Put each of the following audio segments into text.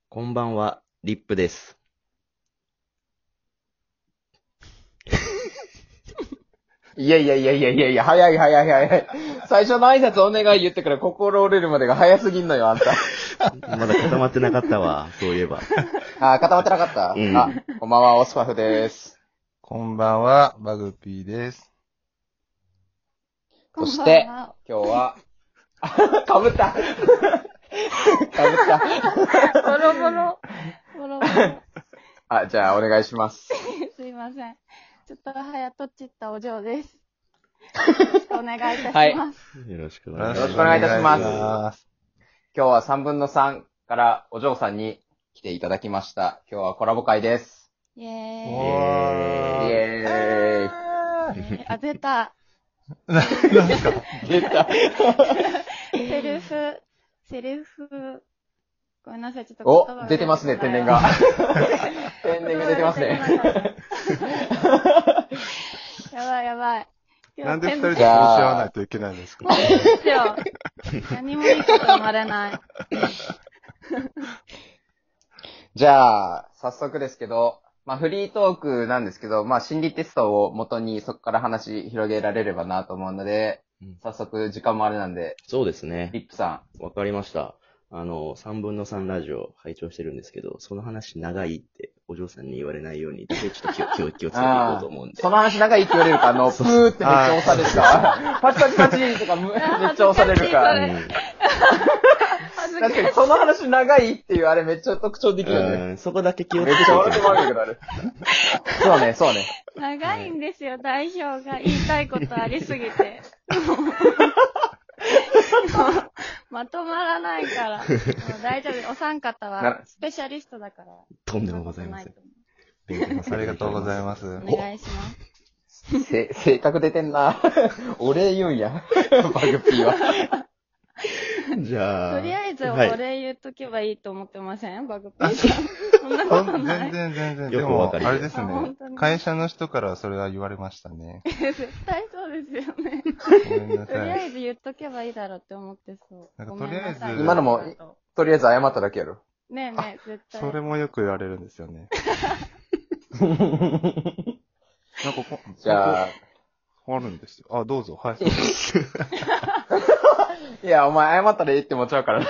こんばんは、リップです。 いや、早い。最初の挨拶お願い言ってから心折れるまでが早すぎんのよ、あんた。 まだ固まってなかったわ、そういえば。 固まってなかった、 うんあ、こんばんは、オスパフです。 こんばんは、バグピーです。 そして、今日は、かぶった。 ボロボロ。 じゃあ、お願いします。 すいません。ちょっと早とちったお嬢です。よろしくお願いいたします。はい、 よろしくお願いいたします。今日は3分の3からお嬢さんに来ていただきました。今日はコラボ会です。 イェーイ。あ、出た。 何ですか出た。 セルフ、ごめんなさい、ちょっと言葉が出てますね、天然が。天然が出てますね。 やばい。 なんで二人で話し合わないといけないんですか？ そうですよ。何もいいこと生まれない。 じゃあ、早速ですけど、フリートークなんですけど、心理テストを元にそこから話広げられればなと思うので、早速時間もあれなんで。 そうですね。 リップさん。わかりました。3分の3ラジオ拝聴してるんですけど、その話長いってお嬢さんに言われないように、だけちょっと気をつけていこうと思うんで。 その話長いって言われるか、プーってめっちゃ押されるか、パチパチとかめっちゃ押されるか。確かにその話長いっていうあれめっちゃ特徴的だね。 そこだけ気をつけて。 めっちゃ笑ってもらうけどある。そうね。 長いんですよ、代表が。言いたいことありすぎて。まとまらないから。もう大丈夫。お三方はスペシャリストだから。 とんでもございません。 ありがとうございます。 お願いします。 性格出てんな。お礼言うんや。バグピーは。 じゃあ。 とりあえずお礼言っとけばいいと思ってません？バグピーさん。そんなことない。 全然。 よくわかります。 でも、あれですね。会社の人からそれは言われましたね。 絶対そうですよね。 ごめんなさい。 とりあえず言っとけばいいだろうって思ってそう。 とりあえず。 今のも、とりあえず謝っただけやろ。 ねえ、絶対。 それもよく言われるんですよね。 じゃあ。 あるんですよ。あ、どうぞ。はい。 いや、お前謝ったらいいって思っちゃうから。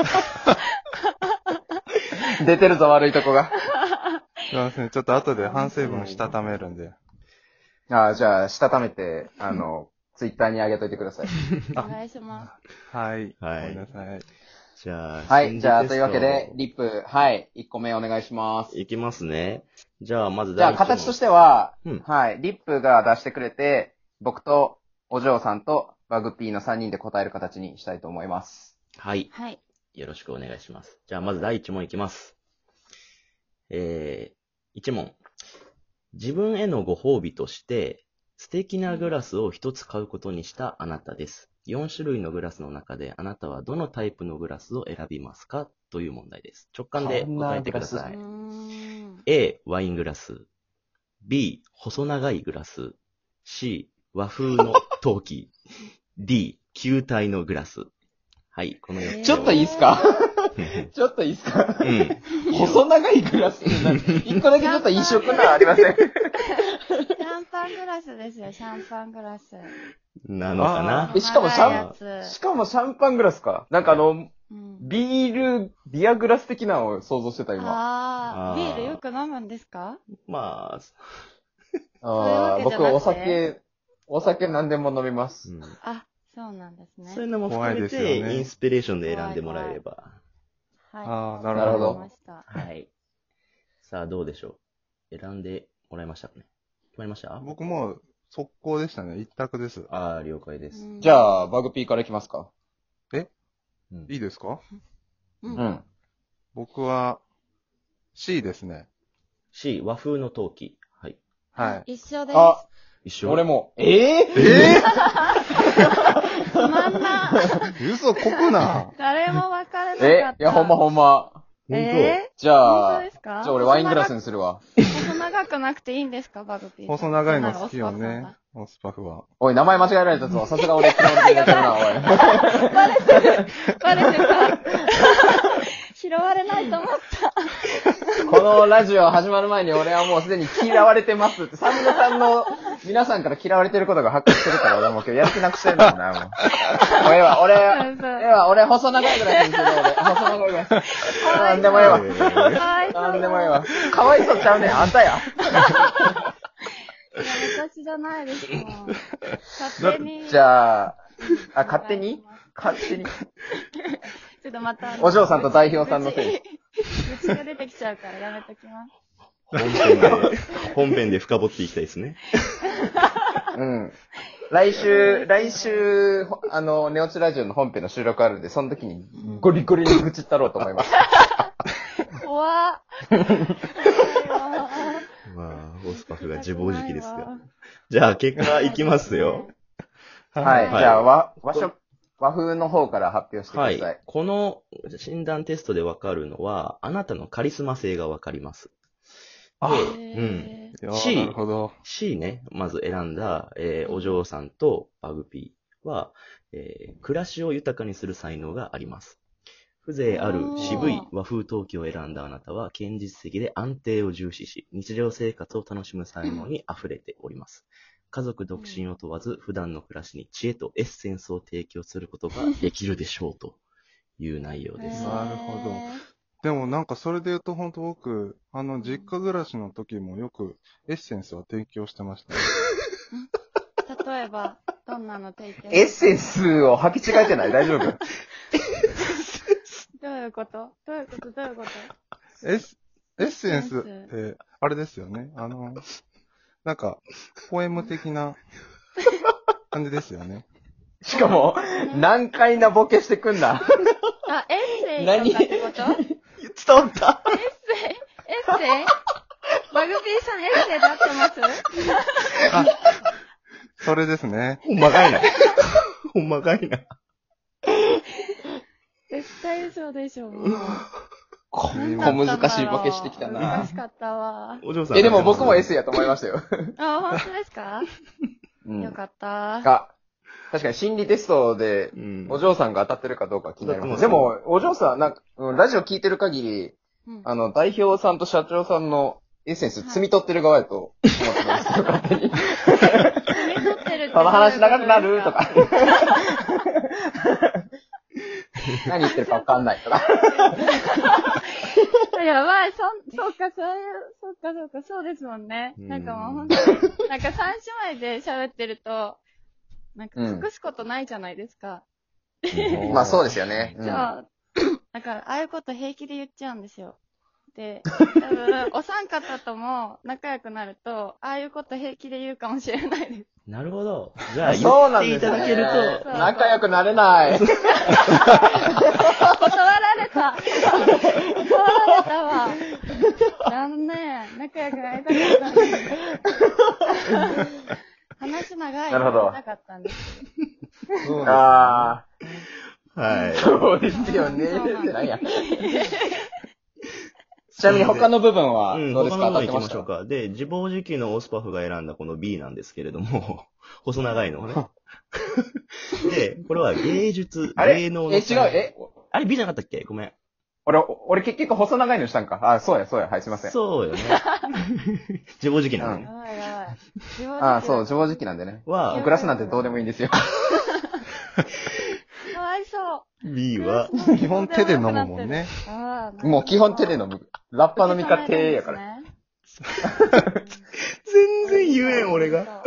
出てるぞ、悪いとこが。 すいません。ちょっと後で反省文したためるんで。 じゃあ、したためて、ツイッターに上げといてください。 お願いします。 はい。ごめんなさい。 じゃあ、というわけで、リップ、1個目お願いします。 いきますね。じゃあ、まず形としては、リップが出してくれて、僕とお嬢さんとバグピーの3人で答える形にしたいと思います。 はい。よろしくお願いします。じゃあ、まず第1問いきます。1問。自分へのご褒美として、素敵なグラスを1つ買うことにしたあなたです。4種類のグラスの中であなたはどのタイプのグラスを選びますかという問題です。直感で答えてください。A、ワイングラス。B、細長いグラス。C、和風の陶器。D、球体のグラス。はい、この4つ。 ちょっといいっすか？細長いグラスって1個だけちょっと異色なありません？ シャンパングラスですよ、シャンパングラス。 なのかな？ しかもシャンパングラスか。なんかビアグラス的なのを想像してた、今。 ビールよく飲むんですか？ まあ。 僕お酒何でも飲みます。 そうなんですね。 そういうのも含めて、インスピレーションで選んでもらえれば。 はい。 なるほど。 はい。さあ、どうでしょう。選んでもらいましたかね。決まりました？ 僕も速攻でしたね。一択です。 了解です。 じゃあ、バグピーからいきますか。 いいですか？僕は C ですね。 C、和風の陶器。 はい。 一緒です。 一緒？ 俺も。 つまんな。 嘘こくな。 誰も分からなかった。 いや、ほんま。じゃあ俺ワイングラスにするわ。 細長くなくていいんですか、バグピー。 細長いの好きよね。オスパフは。 おい、名前間違えられたぞ。さすが俺嫌われてるな、おい。 バレてた。拾われないと思った。 このラジオ始まる前に俺はもうすでに嫌われてますって、サムネさんの皆さんから嫌われてることが発覚してるから俺はもう今日やる気なくしてんだよな、もう。もうええわ、俺細長いぐらいにする俺。細長いぐらい。なんでもええわ。なんでもええわ。かわいそうちゃうねん、あんたや。 私じゃないですもん。勝手に。 じゃあ、勝手にちょっとまた。 お嬢さんと代表さんのせいで。 愚痴が出てきちゃうからやめときます。 本編で深掘っていきたいですね。 うん。来週、ネオチラジオの本編の収録あるんで、その時にゴリゴリに愚痴ったろうと思います。 怖っ。 まあ、オスパフが自暴自棄ですが。じゃあ、結果いきますよ。 はい。じゃあ、和風の方から発表してください。 はい。この診断テストでわかるのは、あなたのカリスマ性がわかります。 あ、 なるほど。 C ね、まず選んだ、お嬢さんとバグピーは、暮らしを豊かにする才能があります。風情ある渋い和風陶器を選んだあなたは、堅実的で安定を重視し、日常生活を楽しむ才能に溢れております。家族独身を問わず、普段の暮らしに知恵とエッセンスを提供することができるでしょうという内容です。 なるほど。でもなんかそれで言うと本当僕、実家暮らしの時もよくエッセンスは提供してました、ね。 例えば、どんなの提供？ エッセンスを履き違えてない？大丈夫？ どういうことエッセンスって、あれですよね。なんか、ポエム的な感じですよね。 しかも、難解なボケしてくんな。 あ、エッセイとかってこと？ 伝わった。 エッセイバグピーさんエッセイで合ってます？ あ、それですね。 ほんまかいな。ほんまかいな。 絶対嘘でしょ、もう。 小難しいボケしてきたな。 難しかったわ。 お嬢さん。 でも僕も S やと思いましたよ。 あ、本当ですか？よかった。 確かに心理テストで、お嬢さんが当たってるかどうか気になります。でも、お嬢さん、ラジオ聞いてる限り、代表さんと社長さんのエッセンス摘み取ってる側やと思ってますけど、勝手に。 摘み取ってるって。 その話長くなるとか。何言ってるかわかんないとか。 やばい、そうですもんね。なんかもう本当に、なんか三姉妹で喋ってると、なんか隠すことないじゃないですか。 まあそうですよね。 じゃあ、だからああいうこと平気で言っちゃうんですよ。で、多分、お三方とも仲良くなると、ああいうこと平気で言うかもしれないです。 なるほど。じゃあ、言っていただけると。 仲良くなれない。 断られたわ。残念。仲良くなりたかったんです。話長い。 なるほど。 なかったんです。 ああ。はい。 そうですよね。何や。ちなみに他の部分はどうですか？当たってましたか？ で、自暴自棄のオスパフが選んだこの B なんですけれども、細長いのね。で、これは芸術、芸能の。 違う、 あれ B じゃなかったっけ？ごめん。 俺結局細長いのしたんか。あ、そうや、はい、すいません。 そうよね。自暴自棄なのね。 そう、自暴自棄なんでね。グラスなんてどうでもいいんですよ。 かわいそう。 B は、 基本手で飲むもんね。 もう基本手で飲む。ラッパ飲みか手やから。 全然言えん、俺が。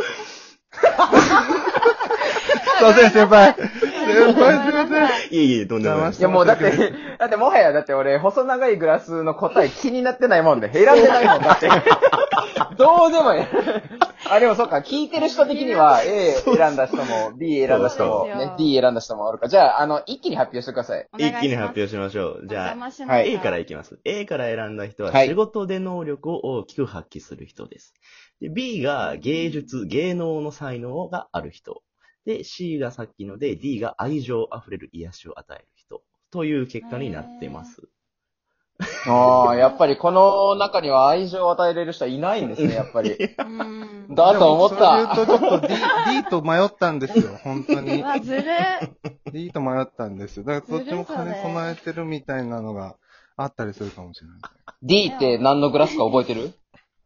すいません、先輩。すいません。 いえ、とんでもない。 いやもうだってもはや俺細長いグラスの答え気になってないもんで、選んでないもんだって。どうでもいい。あ、でもそっか、聞いてる人的には A 選んだ人も B 選んだ人も、ね、D 選んだ人もおるか。じゃあ、一気に発表してください。 一気に発表しましょう。じゃあ、 はい、 A からいきます。A から選んだ人は仕事で能力を大きく発揮する人です。で、B が芸術、芸能の才能がある人。で、C がさっきので、D が愛情あふれる癒しを与える人。という結果になってます。 ああ、やっぱりこの中には愛情を与えれる人はいないんですね、やっぱり。だと思った。 それ言うとちょっと D と迷ったんですよ、本当に。 ずる D と迷ったんですよ。だからどっちも兼ね備えてるみたいなのがあったりするかもしれない。 D って何のグラスか覚えてる？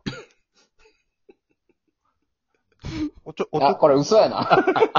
あ、これ嘘やな。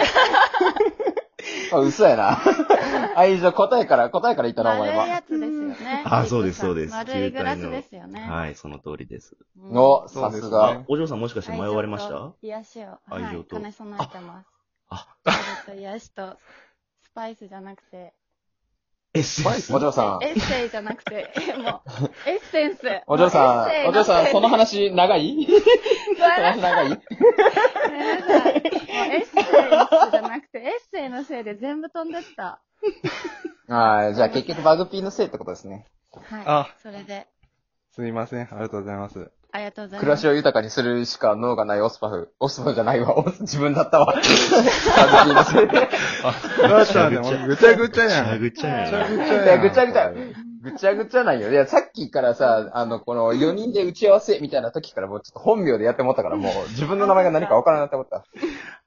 嘘やな。以上、答えから言ったな、お前は。 丸いやつですよね。 あ、そうです、そうです。 丸いグラスですよね。 はい、その通りです。 お、さすが。 お嬢さんもしかして迷われました？ 癒しを。 愛情と。 兼ね備えてます。愛情と癒しと、スパイスじゃなくて、 エッセンス。 お嬢さん。 エッセイじゃなくて、もう、エッセンス。 お嬢さん、その話長い？その話長い？ ごめんなさい。もうエッセイじゃなくて、エッセイのせいで全部飛んでった。 はい、じゃあ結局バグピーのせいってことですね。 はい。それで。 すみません。ありがとうございます。 ありがとうございます。 暮らしを豊かにするしか脳がないオスパフ。オスパフじゃないわ。自分だったわ。バグピーのせいで。 確かに、もうぐちゃぐちゃやん。 ぐちゃぐちゃやん。 ぐちゃぐちゃ。ぐちゃぐちゃないよ。いや、さっきからさ、この4人で打ち合わせみたいな時からもうちょっと本名でやってもったから、もう自分の名前が何かわからなくなって思った。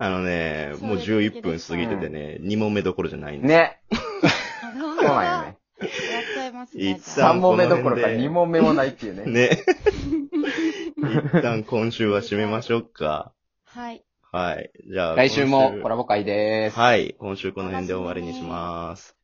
もう11分過ぎててね、2問目どころじゃないんです。 ね。 そうなんよね。 やっちゃいますね。 3問目どころか2問目もないっていうね。 ね。一旦今週は締めましょうか。 はい。 はい。じゃあ。 来週もコラボ会でーす。 はい。今週この辺で終わりにします。